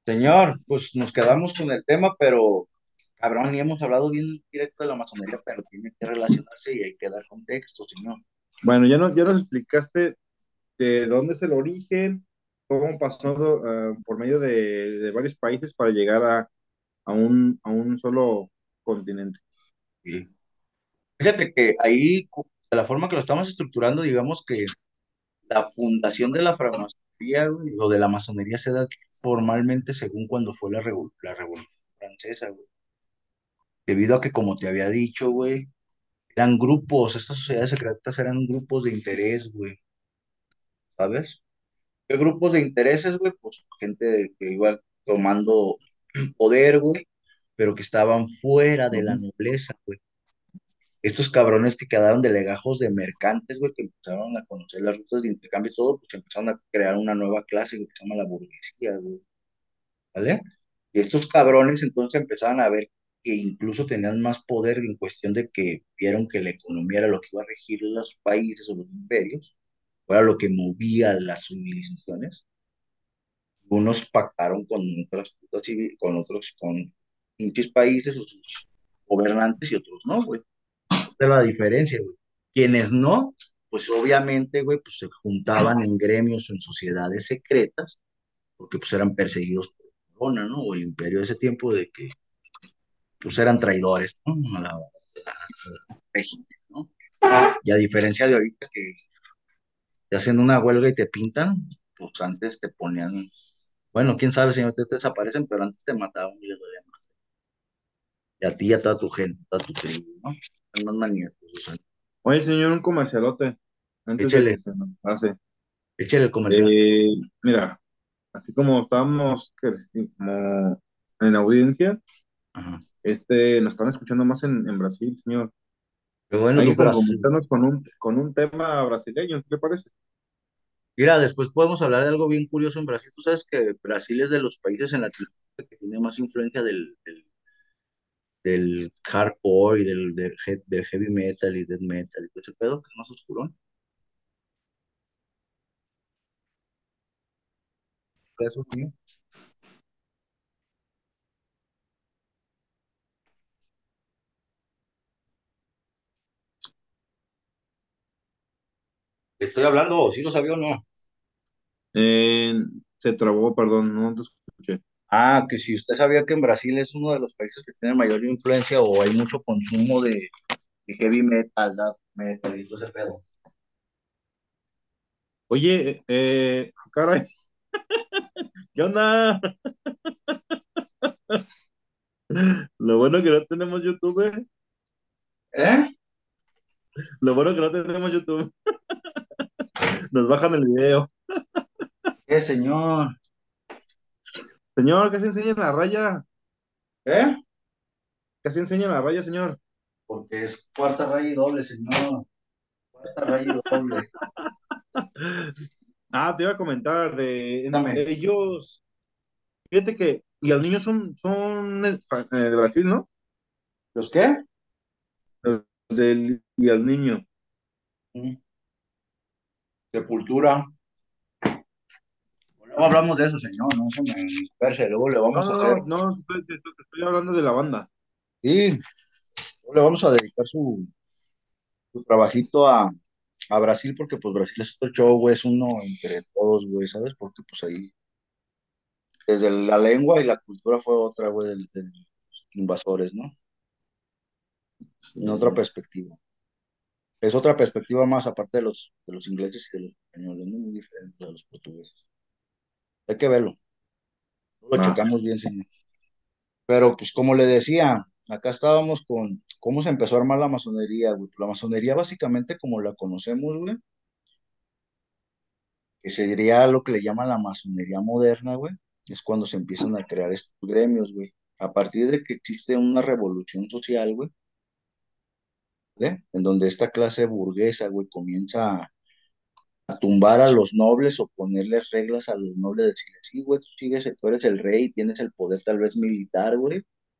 Señor, pues nos quedamos con el tema, pero cabrón, ni hemos hablado bien directo de la masonería, pero tiene que relacionarse y hay que dar contexto, señor. Bueno, ya nos explicaste de dónde es el origen, cómo pasó por medio de varios países para llegar a un solo continente. Sí. Fíjate que ahí, de la forma que lo estamos estructurando, digamos que la fundación de la francmasonería, güey, o de la masonería se da formalmente según cuando fue la Revolución Francesa, güey. Debido a que, como te había dicho, güey, eran grupos, estas sociedades secretas eran grupos de interés, güey, ¿sabes? ¿Qué grupos de intereses, güey? Pues que iba tomando poder, güey, pero que estaban fuera de la Ujú. nobleza, güey. Estos cabrones que quedaron de legajos de mercantes, güey, que empezaron a conocer las rutas de intercambio y todo, pues empezaron a crear una nueva clase, güey, que se llama la burguesía, güey, ¿vale? Y estos cabrones entonces empezaron a ver que incluso tenían más poder en cuestión de que vieron que la economía era lo que iba a regir los países o los imperios, era lo que movía las civilizaciones. Unos pactaron con con pinches países o sus gobernantes y otros no, güey. Esa es la diferencia, güey. Quienes no, pues obviamente, güey, pues se juntaban en gremios o en sociedades secretas, porque pues eran perseguidos por Corona, ¿no? O el imperio de ese tiempo de que pues eran traidores, ¿no? Al régimen, ¿no? Y a diferencia de ahorita que te hacen una huelga y te pintan, pues antes te ponían, bueno, quién sabe si no te desaparecen, pero antes te mataban y les dolían. Y a ti y a toda tu gente, toda tu tribu, ¿no? Son más manías, pues, o sea, Oye, señor, un comercialote antes de échale, que se nos pase. échale el comercial. Eh, Mira, así como estábamos como en audiencia, Ajá. nos están escuchando más en Brasil, señor. Pero bueno, Hay tú, que comprometernos con un tema brasileño, ¿qué le parece? mira, después podemos hablar de algo bien curioso en Brasil. Tú sabes que Brasil es de los países en Latinoamérica que tiene más influencia del hardcore y del heavy metal y death metal y todo ese pedo, que es más oscuro. Eso, sí. Estoy hablando, si lo sabía o no. Eh, Se trabó, perdón, no te escuché. Ah, que si usted sabía que en Brasil es uno de los países que tiene mayor influencia o hay mucho consumo de heavy metal, death metal y todo ese pedo. Oye, caray, ¿qué onda? Lo bueno que no tenemos YouTube, ¿eh? ¿Eh? Lo bueno que no tenemos YouTube. Nos bajan el video. ¿Qué, señor? Señor, casi enseña la raya. ¿Eh? Casi enseña la raya, señor. Porque es cuarta raya y doble, señor. Cuarta raya y doble. Ah, te iba a comentar Dame. ellos. Fíjate que, y los niños son de Brasil, ¿no? ¿Los qué? Los y al niño. Mm, Sepultura. Luego hablamos de eso, señor. No se me disperse. Luego le No, vamos a no, hacer. no, no, estoy hablando de la banda. Sí, luego le vamos a dedicar su trabajito a Brasil, porque pues Brasil es otro show, güey. Es uno entre todos, güey, ¿sabes? Porque pues ahí, desde la lengua y la cultura fue otra, güey, de los invasores, ¿no? En otra Sí. perspectiva. Es otra perspectiva más, aparte de los ingleses y de los españoles, ¿no? Muy diferente de los portugueses. Hay que verlo. Lo Va. checamos bien, señor. Pero pues como le decía, acá estábamos con cómo se empezó a armar la masonería, güey. La masonería básicamente como la conocemos, güey, que sería lo que le llaman la masonería moderna, güey, es cuando se empiezan a crear estos gremios, güey. A partir de que existe una revolución social, güey, ¿vale? En donde esta clase burguesa, güey, comienza a tumbar a los nobles o ponerles reglas a los nobles, decirles, sí, güey, tú eres el rey, tienes el poder tal vez militar, güey,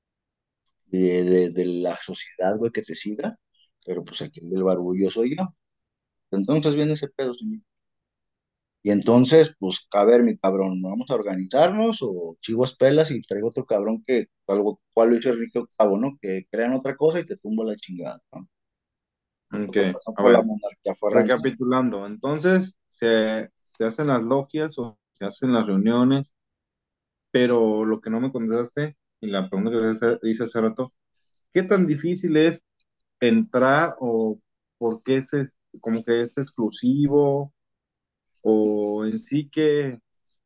de la sociedad, güey, que te siga, pero pues aquí el barullo soy yo. Entonces viene ese pedo, señor. Y entonces, pues, a ver, mi cabrón, ¿vamos a organizarnos o chivas pelas y traigo otro cabrón que algo, cual lo hizo Enrique VIII, ¿no? Que crean otra cosa y te tumba la chingada, ¿no? Lo Ok, que pasó a con la ver, monarquía francesa. recapitulando. Entonces, se hacen las logias o se hacen las reuniones, pero lo que no me contestaste, y la pregunta que hice hace rato, ¿qué tan difícil es entrar o por qué como que es exclusivo o en sí que,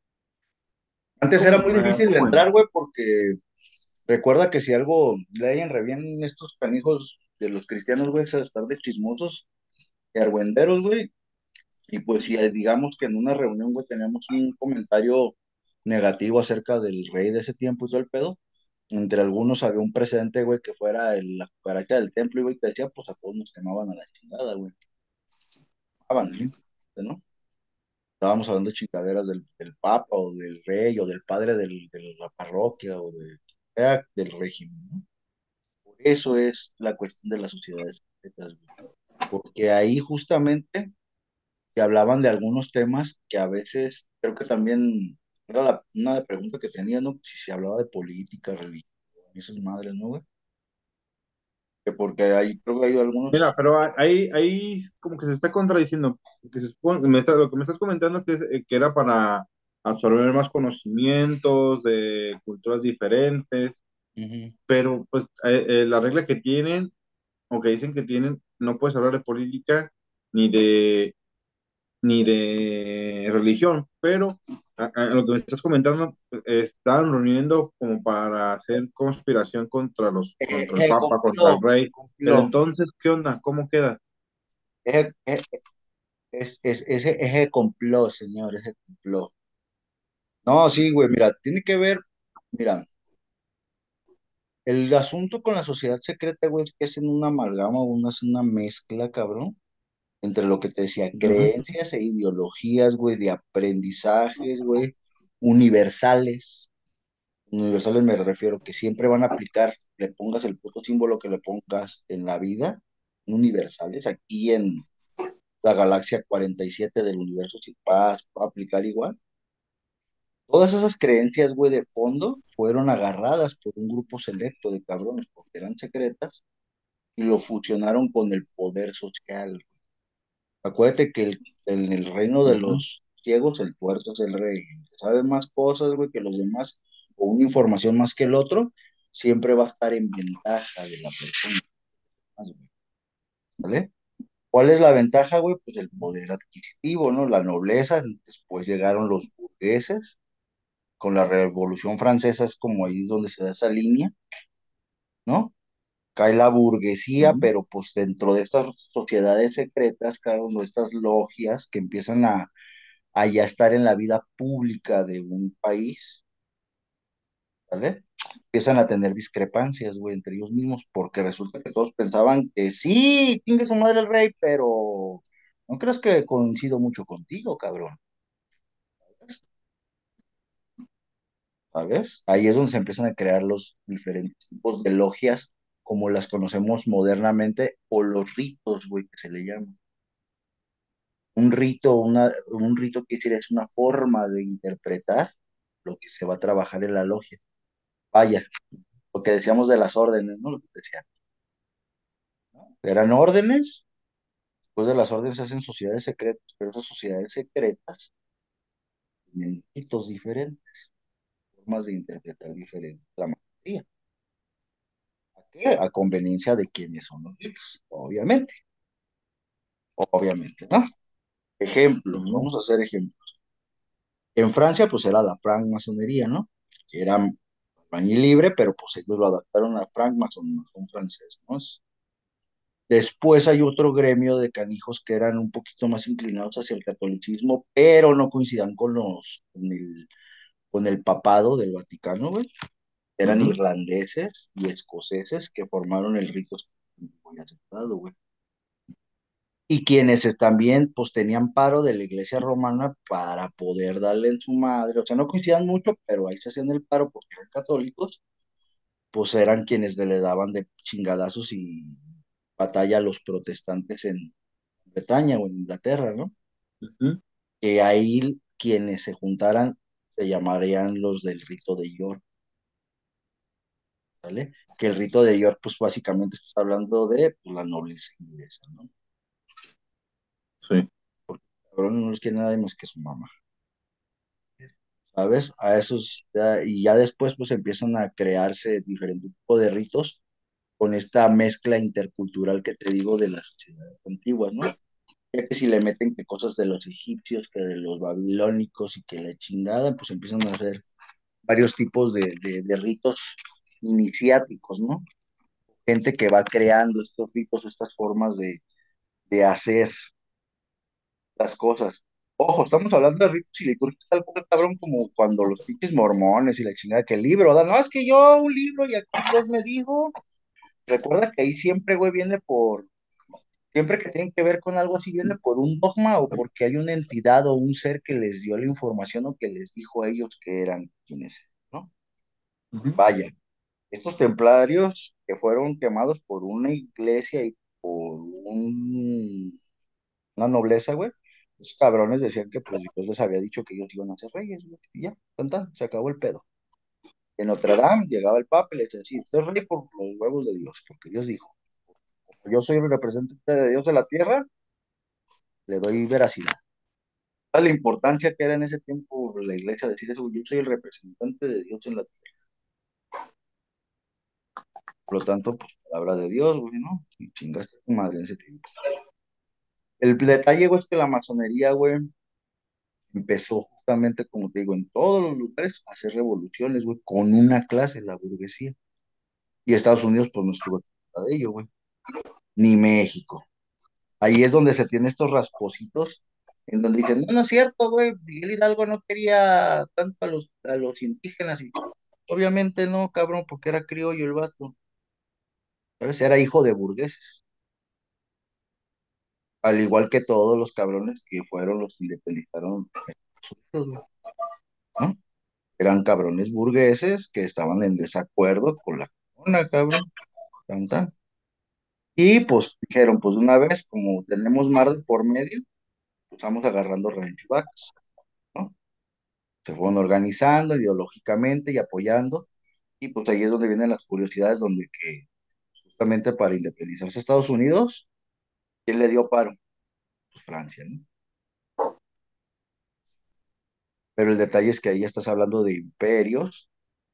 Antes era muy difícil de ¿cómo es? entrar, güey, porque recuerda que si algo leen re bien estos canijos de los cristianos, güey, es estar de chismosos y argüenderos, güey. Y pues si digamos que en una reunión, güey, teníamos un comentario negativo acerca del rey de ese tiempo y todo el pedo, entre algunos había un precedente, güey, que fuera la cucaracha del templo, y güey, te decía, pues a todos nos quemaban a la chingada, güey. Quemaban, Ujú. ¿no? Estábamos hablando de chingaderas del papa o del rey o del padre de la parroquia o sea, del régimen, ¿no? Por eso es la cuestión de las sociedades secretas, güey. Porque ahí justamente se hablaban de algunos temas que a veces, creo que también era una pregunta que tenía, ¿no? Si se hablaba de política, religión, y esas madres, ¿no, güey? Que porque ahí creo que hay Mira, algunos. pero ahí como que se está contradiciendo, que lo que me estás comentando que era para absorber más conocimientos de culturas diferentes, Ujú. pero pues la regla que tienen o que dicen que tienen, no puedes hablar de política ni de ni de religión, pero lo que me estás comentando, estaban reuniendo como para hacer conspiración contra el Papa, contra el Complot, Rey, pero complot. entonces, ¿qué onda? ¿Cómo queda? Eje- eje- ese eje complot, señor, ese complot. No, sí, güey, mira, tiene que ver, mira, el asunto con la sociedad secreta, güey, es que hacen una amalgama, hacen una mezcla, cabrón, entre lo que te decía, Ujú, creencias e ideologías, güey, de aprendizajes, güey, universales. Universales me refiero que siempre van a aplicar, le pongas el puto símbolo que le pongas en la vida, universales, aquí en la galaxia 47 del universo, si va a aplicar igual. Todas esas creencias, güey, de fondo fueron agarradas por un grupo selecto de cabrones porque eran secretas y lo fusionaron con el poder social. Acuérdate que en el reino de ujú. los ciegos, el tuerto es el rey. El que sabe más cosas, güey, que los demás, o una información más que el otro, siempre va a estar en ventaja de la persona, güey, ¿vale? ¿Cuál es la ventaja, güey? Pues el poder adquisitivo, ¿no? La nobleza, después llegaron los burgueses, con la Revolución Francesa es como ahí es donde se da esa línea, ¿no? Cae la burguesía, Ujú. pero pues dentro de estas sociedades secretas, cada uno de estas logias que empiezan a ya estar en la vida pública de un país, ¿vale? Empiezan a tener discrepancias, güey, entre ellos mismos, porque resulta que todos pensaban que sí, chingue su madre el rey, pero no creas que coincido mucho contigo, cabrón, ¿sabes? Ahí es donde se empiezan a crear los diferentes tipos de logias, como las conocemos modernamente, o los ritos, güey, que se le llaman. Un rito quiere decir es una forma de interpretar lo que se va a trabajar en la logia. Vaya, lo que decíamos de las órdenes, ¿no? Lo que decían. Eran órdenes, después de las órdenes se hacen sociedades secretas, pero esas sociedades secretas tienen ritos diferentes, formas de interpretar diferentes, la mayoría. ¿A qué? A conveniencia de quienes son los ritos, obviamente, ¿no? Ejemplos, Ujú, vamos a hacer ejemplos. En Francia, pues era la francmasonería, ¿no? Que era albañil libre, pero pues ellos lo adaptaron a francmason, masón francés, ¿no? Después hay otro gremio de canijos que eran un poquito más inclinados hacia el catolicismo, pero no coincidan con el papado del Vaticano, güey. Eran ujú, irlandeses y escoceses que formaron el rito muy aceptado, güey. Y quienes también, pues, tenían paro de la iglesia romana para poder darle en su madre. O sea, no coincidían mucho, pero ahí se hacían el paro porque eran católicos, pues eran quienes le daban de chingadazos y batalla a los protestantes en Bretaña o en Inglaterra, ¿no? ujú. que ahí quienes se juntaran se llamarían los del rito de York, ¿vale? Que el rito de York, pues básicamente estás hablando de pues, la nobleza inglesa, ¿no? Sí, Porque cabrón no les quiere nada más que su mamá, ¿sabes? A esos, y ya después pues empiezan a crearse diferentes tipos de ritos con esta mezcla intercultural que te digo de las sociedades antiguas, ¿no? Ya que si le meten que cosas de los egipcios, que de los babilónicos y que la chingada, pues empiezan a hacer varios tipos de ritos iniciáticos, ¿no? Gente que va creando estos ritos, estas formas de hacer las cosas. Ojo, estamos hablando de ritos y liturgias tal cual, cabrón, como cuando los pinches mormones y la chingada que el libro, ¿da? No, es que yo un libro y aquí Dios me dijo. Recuerda que ahí siempre, güey, viene por, siempre que tienen que ver con algo así, viene por un dogma o porque hay una entidad o un ser que les dio la información o que les dijo a ellos que eran quienes, ¿no? ujú, Vaya, estos templarios que fueron quemados por una iglesia y por una nobleza, güey, esos cabrones decían que pues Dios les había dicho que ellos iban a ser reyes, güey, y ya, tan, tan, se acabó el pedo. En Notre Dame llegaba el Papa y le decía, sí, usted es rey por los huevos de Dios, porque Dios dijo, yo soy el representante de Dios de la tierra, le doy veracidad. La importancia que era en ese tiempo la iglesia decir eso, yo soy el representante de Dios en la tierra. Por lo tanto, pues palabra de Dios, güey, ¿no? Y chingaste a tu madre en ese tiempo. El detalle, güey, es que la masonería, güey, empezó justamente, como te digo, en todos los lugares a hacer revoluciones, güey, con una clase, la burguesía. Y Estados Unidos, pues no estuvo cerca de ello, güey. Ni México. Ahí es donde se tienen estos raspositos, en donde dicen, no, no es cierto, güey, Miguel Hidalgo no quería tanto a los indígenas. Y obviamente no, cabrón, porque era criollo el vato, ¿sabes? Era hijo de burgueses. Al igual que todos los cabrones que fueron los que independizaron Estados Unidos, güey, ¿no? Eran cabrones burgueses que estaban en desacuerdo con la corona, cabrón. Tan, tan. Y pues dijeron, pues de una vez, como tenemos mar de por medio, pues vamos agarrando rancho vacas, ¿no? Se fueron organizando ideológicamente y apoyando. Y pues ahí es donde vienen las curiosidades, donde que justamente para independizarse Estados Unidos, ¿quién le dio paro? Pues Francia, ¿no? Pero el detalle es que ahí estás hablando de imperios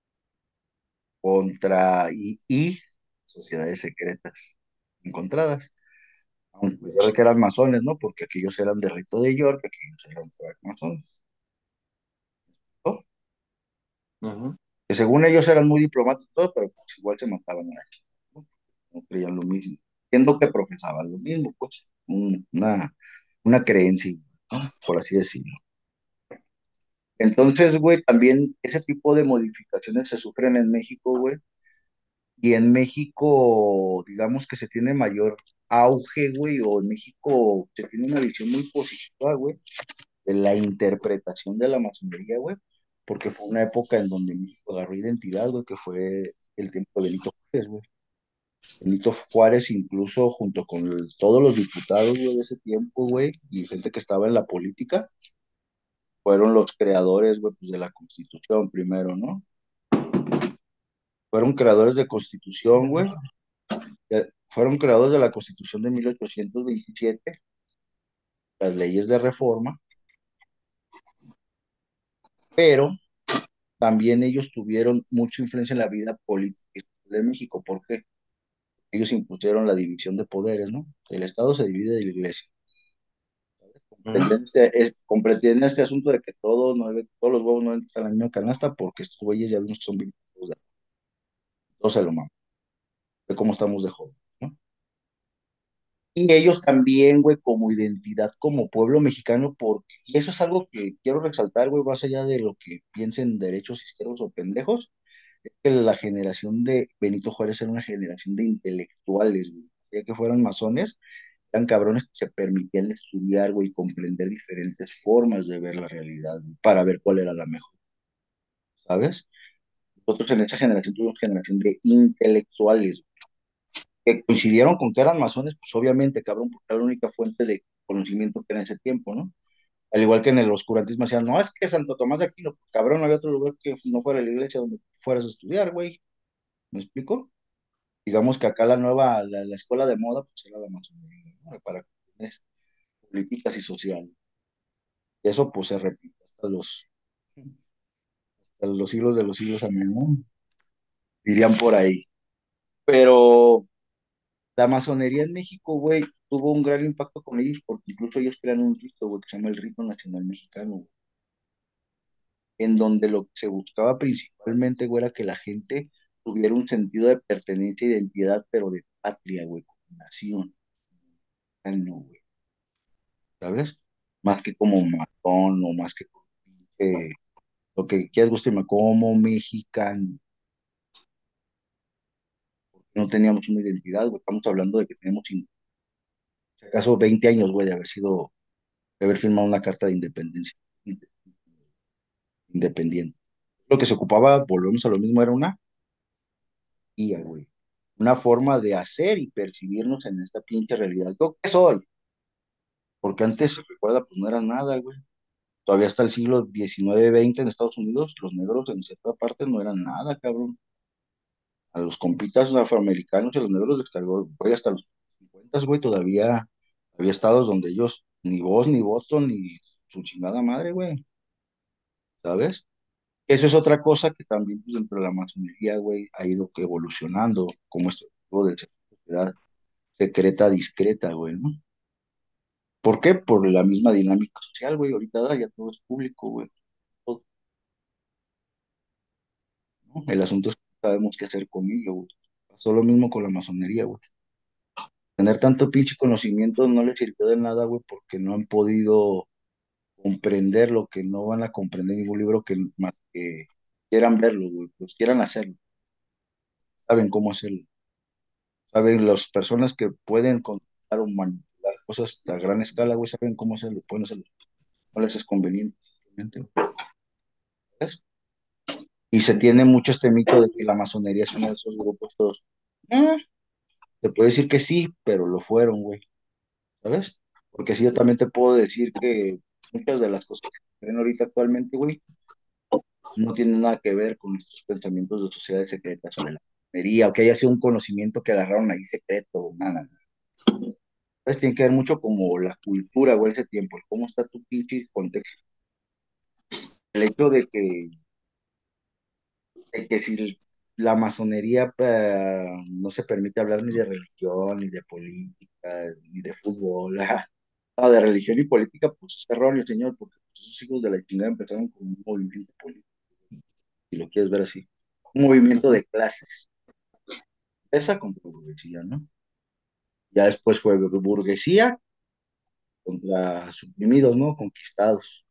contra y sociedades secretas encontradas. Aunque ya que eran masones, ¿no? Porque aquellos eran de Rito de York, aquellos eran francmasones, ¿no? ujú. Que según ellos eran muy diplomáticos, y todo, pero pues igual se mataban a ellos, ¿no? No creían lo mismo. Siendo que profesaban lo mismo, pues, una creencia, ¿no? Por así decirlo. Entonces, güey, también ese tipo de modificaciones se sufren en México, güey. Y en México, digamos que se tiene mayor auge, güey, o en México se tiene una visión muy positiva, güey, de la interpretación de la masonería, güey, porque fue una época en donde México agarró identidad, güey, que fue el tiempo de Benito Juárez, güey. Benito Juárez, incluso junto con todos los diputados, güey, de ese tiempo, güey, y gente que estaba en la política, fueron los creadores, güey, pues de la Constitución primero, ¿no? Fueron creadores de Constitución, güey. Fueron creadores de la Constitución de 1827, las leyes de reforma, pero también ellos tuvieron mucha influencia en la vida política de México. ¿Por qué? Ellos impusieron la división de poderes, ¿no? El Estado se divide de la Iglesia. Ujú. Comprendían este asunto de que todos los huevos no entran en la misma canasta porque estos güeyes ya vimos que son bien, todos se lo maman, de cómo estamos de joven, ¿no? Y ellos también, güey, como identidad, como pueblo mexicano, porque, y eso es algo que quiero resaltar, güey, más allá de lo que piensen derechos izquierdos o pendejos, es que la generación de Benito Juárez era una generación de intelectuales, güey, ya que fueran masones, eran cabrones que se permitían estudiar, güey, y comprender diferentes formas de ver la realidad, güey, para ver cuál era la mejor, ¿sabes? Nosotros en esa generación tuvimos generación de intelectuales, que coincidieron con que eran masones, pues obviamente, cabrón, porque era la única fuente de conocimiento que era en ese tiempo, ¿no? Al igual que en el oscurantismo decían, no, es que Santo Tomás de Aquino, pues, cabrón, no había otro lugar que no fuera la iglesia donde fueras a estudiar, güey. ¿Me explico? Digamos que acá la escuela de moda, pues era la masonería, ¿no? Para cuestiones políticas y sociales. Y eso, pues, se repite hasta los siglos de los siglos, amén, ¿no? Dirían por ahí. Pero la masonería en México, güey, tuvo un gran impacto con ellos porque incluso ellos crean un rito, güey, que se llama el rito nacional mexicano, güey, en donde lo que se buscaba principalmente, güey, era que la gente tuviera un sentido de pertenencia e identidad, pero de patria, güey, como nación. Ay, no, güey, ¿sabes? Más que como matón o más que eh, lo que quieras, guste, me como mexicano. No teníamos una identidad, güey. Estamos hablando de que tenemos, si acaso, 20 años, güey, de haber firmado una carta de independencia independiente. Lo que se ocupaba, volvemos a lo mismo, era una guía, güey. Una forma de hacer y percibirnos en esta pinche realidad. ¿Yo qué soy? Porque antes, recuerda, pues no era nada, güey. Todavía hasta el siglo XIX, XX en Estados Unidos, los negros en cierta parte no eran nada, cabrón. A los compitas afroamericanos y a los negros les cargó, güey, hasta los 50, güey, todavía había estados donde ellos ni voz, ni voto, ni su chingada madre, güey, ¿sabes? Eso es otra cosa que también, pues, dentro de la masonería, güey, ha ido que evolucionando, como esto de sociedad secreta, discreta, güey, ¿no? ¿Por qué? Por la misma dinámica social, güey. Ahorita ya todo es público, güey. Todo, ¿no? El asunto es que no sabemos qué hacer con ello, güey. Pasó lo mismo con la masonería, güey. Tener tanto pinche conocimiento no les sirvió de nada, güey, porque no han podido comprender lo que no van a comprender en ningún libro que más que quieran verlo, güey, pues quieran hacerlo, saben cómo hacerlo. Saben, las personas que pueden contar o manipular cosas a gran escala, güey, saben cómo hacerlo, pueden hacerlo. No les es conveniente, simplemente, güey, ¿sabes? Y se tiene mucho este mito de que la masonería es uno de esos grupos todos. Ah, te puedo decir que sí, pero lo fueron, güey, ¿sabes? Porque sí, yo también te puedo decir que muchas de las cosas que se ven ahorita actualmente, güey, no tienen nada que ver con estos pensamientos de sociedades secretas o de la masonería, o que haya sido un conocimiento que agarraron ahí secreto, nada. Pues tiene que ver mucho como la cultura, güey, ese tiempo, el cómo está tu pinche contexto. El hecho de que si la masonería no se permite hablar ni de religión, ni de política, ni de fútbol, no, de religión y política, pues es erróneo, señor, porque pues, esos hijos de la chingada empezaron con un movimiento político, si lo quieres ver así. Un movimiento de clases, esa contra burguesía, ¿no? Ya después fue burguesía contra suprimidos, ¿no? Conquistados,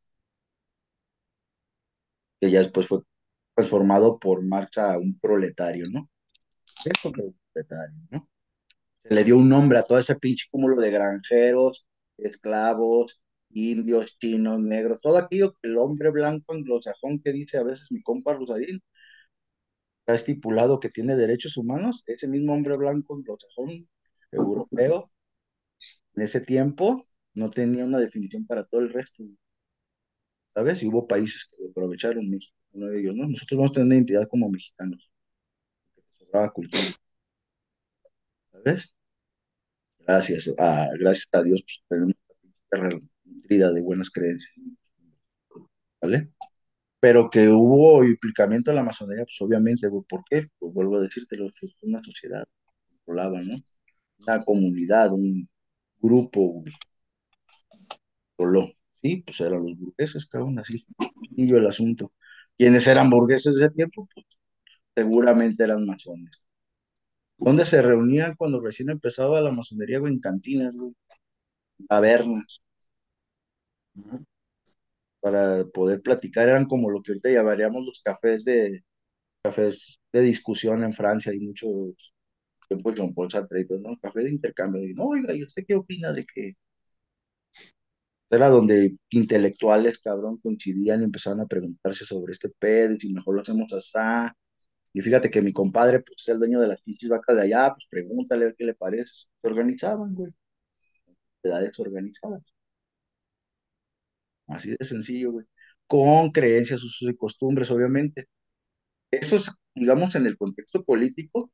que ya después fue transformado por Marx a un proletario, ¿no? Es contra el proletario, ¿no? Se le dio un nombre a todo ese pinche cúmulo de granjeros, esclavos, indios, chinos, negros, todo aquello que el hombre blanco anglosajón que dice a veces mi compa Rusadín, está estipulado que tiene derechos humanos, ese mismo hombre blanco anglosajón europeo, en ese tiempo no tenía una definición para todo el resto, ¿sabes? Y hubo países que lo aprovecharon, México, uno de ellos, ¿no? Nosotros vamos a tener una identidad como mexicanos, que sobraba cultura, ¿sabes? Gracias a Dios, pues tenemos una tierra nutrida de buenas creencias, ¿vale? Pero que hubo implicamiento en la masonería, pues obviamente, güey, ¿por qué? Pues vuelvo a decírtelo, fue una sociedad, controlaba, ¿no? Una comunidad, un grupo, güey, controló, ¿sí? Pues eran los burgueses, cabrón, así, y yo el asunto. ¿Quiénes eran burgueses de ese tiempo? Pues seguramente eran masones. ¿Dónde se reunían cuando recién empezaba la masonería, güey? En cantinas, güey, tabernas, ¿no? Para poder platicar, eran como lo que ahorita llamaríamos los cafés de discusión en Francia, y muchos tiempo John Paul Sartre, y todo, ¿no? Café de intercambio, y no, oiga, ¿y usted qué opina de que era donde intelectuales, cabrón, coincidían y empezaron a preguntarse sobre este pedo, y si mejor lo hacemos así? Y fíjate que mi compadre, pues, es el dueño de las pinches vacas de allá, pues pregúntale a ver qué le parece. Se organizaban, güey, edades organizadas. así de sencillo, güey, con creencias, usos y costumbres, obviamente. Eso es, digamos, en el contexto político,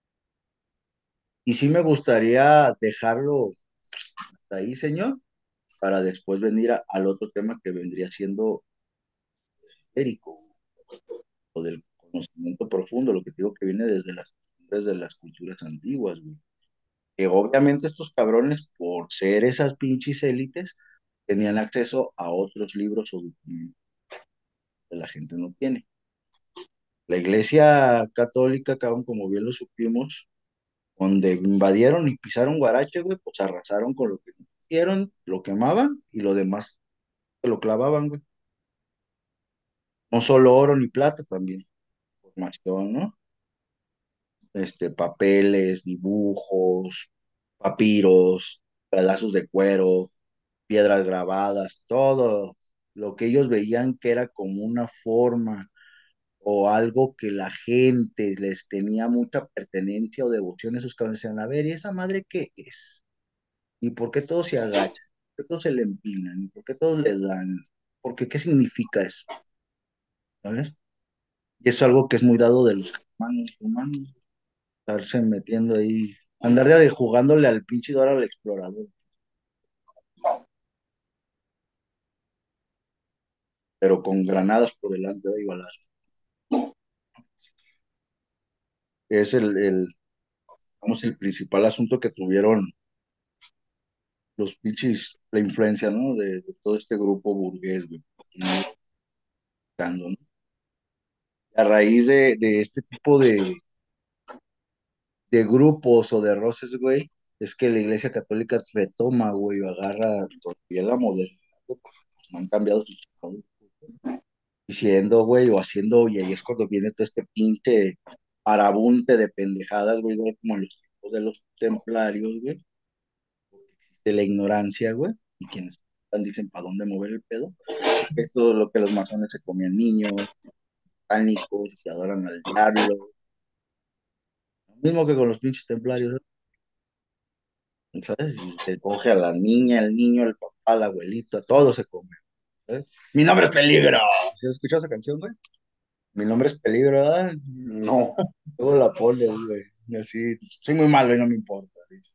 y sí me gustaría dejarlo hasta ahí, señor, para después venir al otro tema que vendría siendo esotérico, o del conocimiento profundo, lo que te digo que viene desde las costumbres de las culturas antiguas, güey. Que obviamente estos cabrones, por ser esas pinches élites, tenían acceso a otros libros o documentos que la gente no tiene. La iglesia católica, cabrón, como bien lo supimos, donde invadieron y pisaron Guarache, güey, pues arrasaron con lo que hicieron, lo quemaban y lo demás que lo clavaban, güey. No solo oro ni plata, también información, ¿no? Papeles, dibujos, papiros, pedazos de cuero, piedras grabadas, todo lo que ellos veían que era como una forma o algo que la gente les tenía mucha pertenencia o devoción, esos cabrones decían, a ver, ¿y esa madre qué es? ¿Y por qué todos se agachan? ¿Por qué todos se le empinan? ¿Y por qué todos le dan? ¿Por qué qué significa eso? ¿Sabes? Y eso es algo que es muy dado de los humanos, estarse metiendo ahí, andar de jugándole al pinche Dora al explorador, pero con granadas por delante de balazo. Es vamos, el principal asunto que tuvieron los pinches, la influencia, ¿no? De todo este grupo burgués, güey, ¿no? A raíz de este tipo de grupos o de roces, güey, es que la Iglesia Católica retoma, güey, o agarra todavía la modernidad, güey, porque pues, no han cambiado sus chingados, diciendo, güey, o haciendo, y ahí es cuando viene todo este pinche parabunte de pendejadas, güey, como en los tiempos de los templarios, güey, porque existe la ignorancia, güey, y quienes dicen para dónde mover el pedo. Esto es lo que los masones se comían niños, pánicos, que adoran al diablo, lo mismo que con los pinches templarios, ¿sabes? Y se coge a la niña, el niño, el papá, la abuelita, todo se come, ¿sabes? Mi nombre es Peligro. ¿Sí has escuchado esa canción, güey? Mi nombre es Peligro, ¿verdad? No. Luego la pones, güey. Y así, soy muy malo y no me importa. Dice.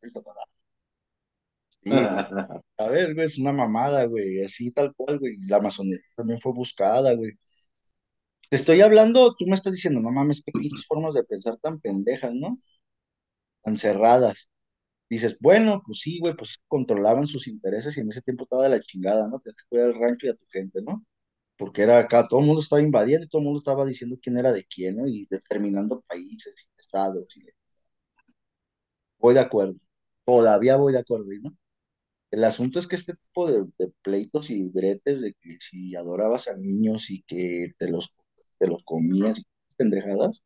Sí, güey. A ver, güey, es una mamada, güey. Así tal cual, güey. La Amazonía también fue buscada, güey. Te estoy hablando, tú me estás diciendo, no mames, qué pinches formas de pensar tan pendejas, ¿no? Tan cerradas. Dices, bueno, pues sí, güey, pues controlaban sus intereses y en ese tiempo estaba de la chingada, ¿no? Tenías que cuidar el rancho y a tu gente, ¿no? Porque era acá, todo el mundo estaba invadiendo y todo el mundo estaba diciendo quién era de quién, ¿no? Y determinando países y estados. Voy de acuerdo, todavía voy de acuerdo, ¿no? El asunto es que este tipo de pleitos y bretes de que si adorabas a niños y que te los comías y pendejadas,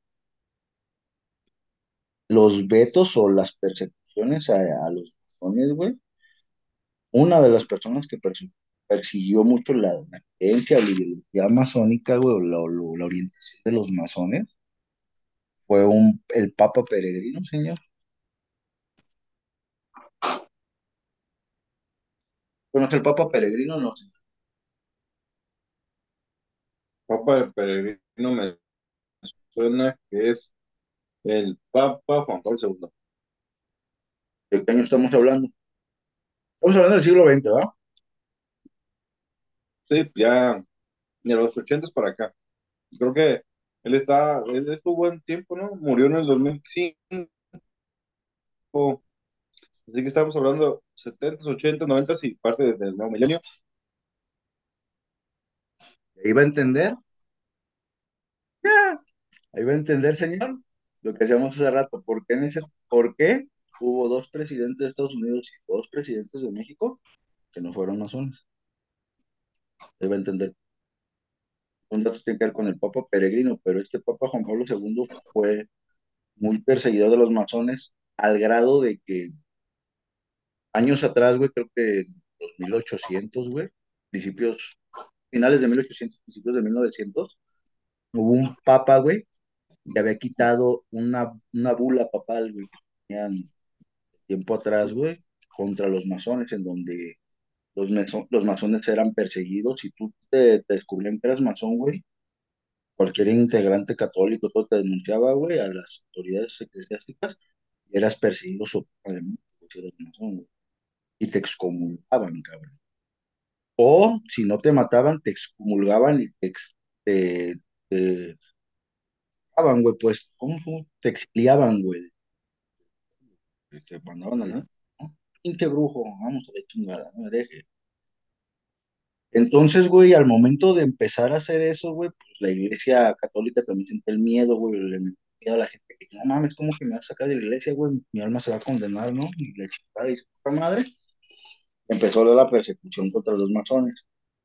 los vetos o las persecuciones a los masones, güey, una de las personas que persiguió mucho la creencia o la ideología masónica, güey, o la orientación de los masones, fue el Papa Peregrino, señor. ¿Conoce el Papa Peregrino? No, señor. Papa del Peregrino me suena que es el Papa Juan Pablo II. ¿De qué año estamos hablando? Estamos hablando del siglo XX, ¿verdad? Sí, ya de los 80 para acá. Creo que él estuvo buen tiempo, ¿no? Murió en el 2005. Así que estamos hablando 70, 80, 90 y parte del nuevo milenio. Ahí va a entender, ahí va a entender, señor, lo que hacíamos hace rato. ¿Por qué hubo dos presidentes de Estados Unidos y dos presidentes de México que no fueron masones? Ahí va a entender. Un dato tiene que ver con el Papa Peregrino, pero este Papa Juan Pablo II fue muy perseguidor de los masones al grado de que años atrás, güey, creo que en los 1800, güey, principios, finales de 1800, principios de 1900, hubo un papa, güey, que había quitado una bula papal, güey, que tenían tiempo atrás, güey, contra los masones, en donde los masones eran perseguidos. Si tú te descubrían que eras masón, güey, cualquier integrante católico, todo te denunciaba, güey, a las autoridades eclesiásticas y eras perseguido además, si eras masón, güey, y te excomulgaban, cabrón. O si no te mataban, te excomulgaban y te, te sacaban, güey, pues, ¿cómo? Te exiliaban, güey, te mandaban al... Ujú. ¿no? Pinche brujo, vamos a la chingada, no me deje. Entonces, güey, al momento de empezar a hacer eso, güey, pues la iglesia católica también sentía el miedo, güey, le metía miedo a la gente que, no mames, ¿cómo que me vas a sacar de la iglesia, güey? Mi alma se va a condenar, ¿no? Y la chingada y su puta madre. Empezó la persecución contra los masones.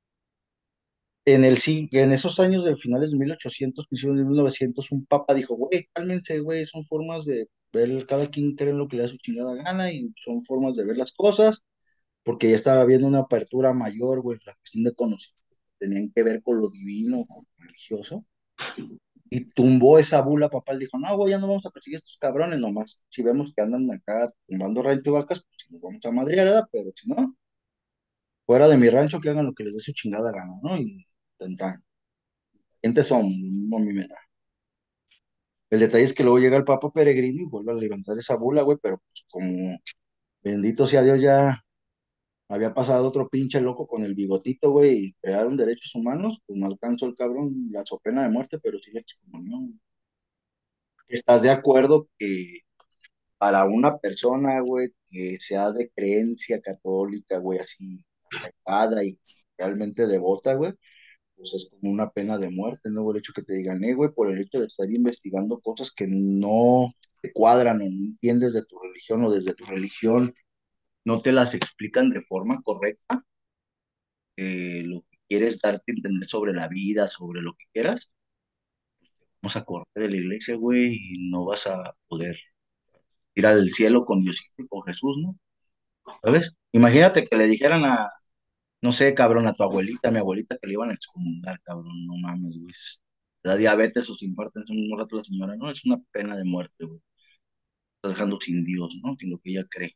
En esos años de finales de 1800, principios de 1900, un papa dijo, güey, cálmense, güey, son formas de ver, cada quien cree en lo que le da su chingada gana y son formas de ver las cosas, porque ya estaba habiendo una apertura mayor, güey, la cuestión de conocimiento, tenían que ver con lo divino, con lo religioso, y tumbó esa bula, papá, le dijo, no, güey, ya no vamos a perseguir a estos cabrones, nomás, si vemos que andan acá tumbando rancho y vacas, pues si nos vamos a madrear, ¿verdad? Pero si no, fuera de mi rancho, que hagan lo que les dé su chingada gana, ¿no? Y tentan. Gente son, no a mí me da. El detalle es que luego llega el Papa Peregrino y vuelve a levantar esa bula, güey, pero pues como bendito sea Dios, ya había pasado otro pinche loco con el bigotito, güey, y crearon derechos humanos, pues no alcanzó el cabrón la pena de muerte, pero sí la excomunión. ¿Estás de acuerdo que para una persona, güey, que sea de creencia católica, güey, así arraigada y realmente devota, güey, pues es como una pena de muerte, ¿no? El hecho que te digan, güey, por el hecho de estar investigando cosas que no te cuadran o no entiendes de tu religión o desde tu religión no te las explican de forma correcta, lo que quieres darte a entender sobre la vida, sobre lo que quieras, vamos a correr de la iglesia, güey, y no vas a poder ir al cielo con Diosito y con Jesús, ¿no? ¿Sabes? Imagínate que le dijeran a, no sé, cabrón, a tu abuelita, a mi abuelita, que le iban a excomulgar, cabrón, no mames, güey. Le da diabetes o se infarta en un rato la señora, no, es una pena de muerte, güey. Está dejando sin Dios, ¿no? Sin lo que ella cree.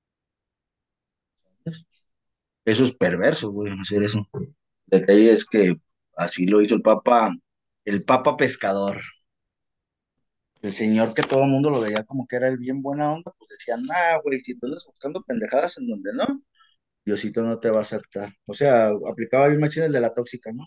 Eso es perverso, güey, hacer eso. El detalle es que así lo hizo el Papa Pescador. El señor que todo el mundo lo veía como que era el bien buena onda, pues decía, nah, güey, si tú andas buscando pendejadas en donde no, Diosito no te va a aceptar. O sea, aplicaba bien machín el de la tóxica, ¿no?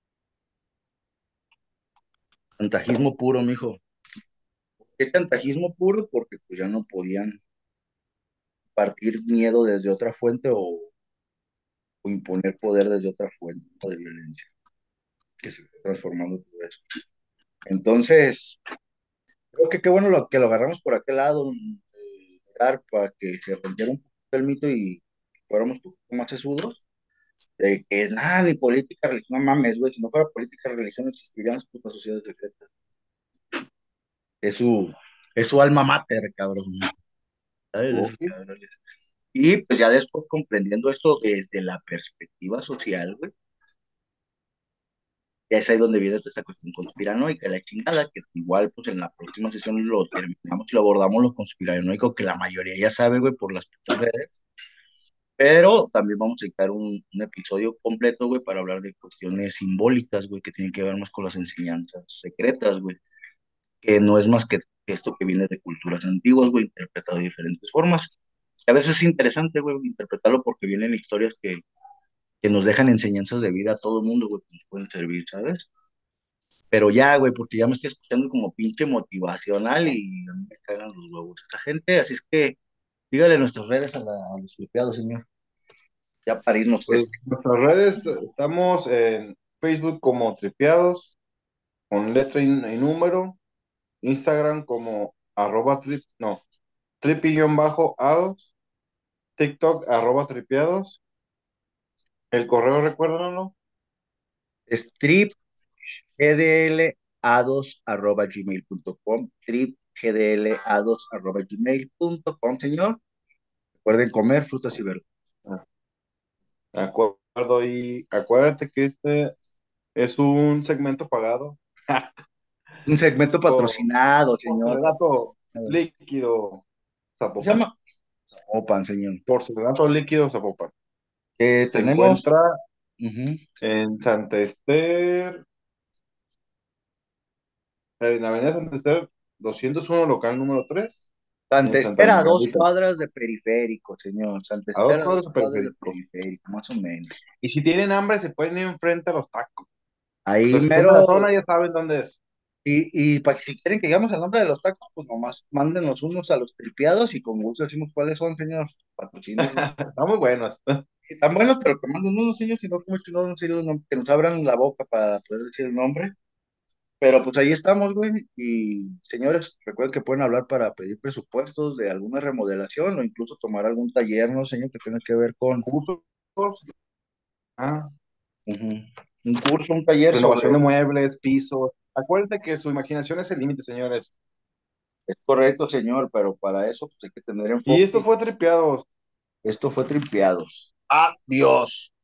Chantajismo puro, mijo. ¿Qué chantajismo puro? Porque pues ya no podían partir miedo desde otra fuente o imponer poder desde otra fuente, ¿no? De violencia, que se fue transformando todo eso. Entonces, creo que qué bueno que lo agarramos por aquel lado, dar para que se rompiera un poco el mito y fuéramos un poco más sesudos, de que nada, ni política, religión, no mames, güey, si no fuera política, religión, no existirían las putas sociedades secretas. Es su, es su alma mater, cabrón, ¿sabes? De esos Ok. cabrones. Y pues ya después comprendiendo esto desde la perspectiva social, güey, ya es ahí donde viene toda esta cuestión conspiranoica, la chingada, que igual pues en la próxima sesión lo terminamos y lo abordamos lo conspiranoico, que la mayoría ya sabe, güey, por las putas redes, pero también vamos a dedicar un episodio completo, güey, para hablar de cuestiones simbólicas, güey, que tienen que ver más con las enseñanzas secretas, güey, que no es más que esto que viene de culturas antiguas, güey, interpretado de diferentes formas. A veces es interesante, güey, interpretarlo porque vienen historias que nos dejan enseñanzas de vida a todo el mundo, güey, que nos pueden servir, ¿sabes? Pero ya, güey, porque ya me estoy escuchando como pinche motivacional y a mí me cagan los huevos esta gente, así es que dígale en nuestras redes a los flipeados, señor, ya para irnos, Pues nuestras redes estamos en Facebook como Tripeados, con letra y número, Instagram como @trip, no, tripi-ados, TikTok @tripeados, el correo, recuérdanlo, stripgdlados@gmail.com, stripgdlados@gmail.com, señor. Recuerden comer frutas y verduras. de acuerdo, y acuérdate que este es un segmento pagado Un segmento por patrocinado, señor, Porcelanato patrocinado. Líquido ¿Cómo se Zapopan, llama? Opan, señor. Porcelanato Líquido Zapopan. Se Tenemos, encuentra ujú, en Santa Ester, en la Avenida Santa Ester 201 local número 3 Santa en Santa Esther a dos Margarita, cuadras de periférico, señor. Santa a dos Esther a cuadros dos de cuadras de periférico. periférico, más o menos. Y si tienen hambre, se pueden ir enfrente a los tacos. Ahí Los que son de la mero, zona ya saben dónde es. y para que si quieren que digamos el nombre de los tacos, pues nomás mándenos unos a los tripiados y con gusto decimos cuáles son, señor. Patrocínenos. Están muy buenos. Están buenos, pero que manden unos ellos, sino como que no, sí, que nos abran la boca para poder decir el nombre. Pero pues ahí estamos, güey. Y señores, recuerden que pueden hablar para pedir presupuestos de alguna remodelación o incluso tomar algún taller, ¿no, señor? Que tenga que ver con Cursos, ah, ujú, un curso, un taller sobre... renovación de muebles, pisos. Acuérdense que su imaginación es el límite, señores. Es correcto, señor, pero para eso pues, hay que tener Y esto enfoque. fue tripeado. Esto fue Tripeados. Adiós.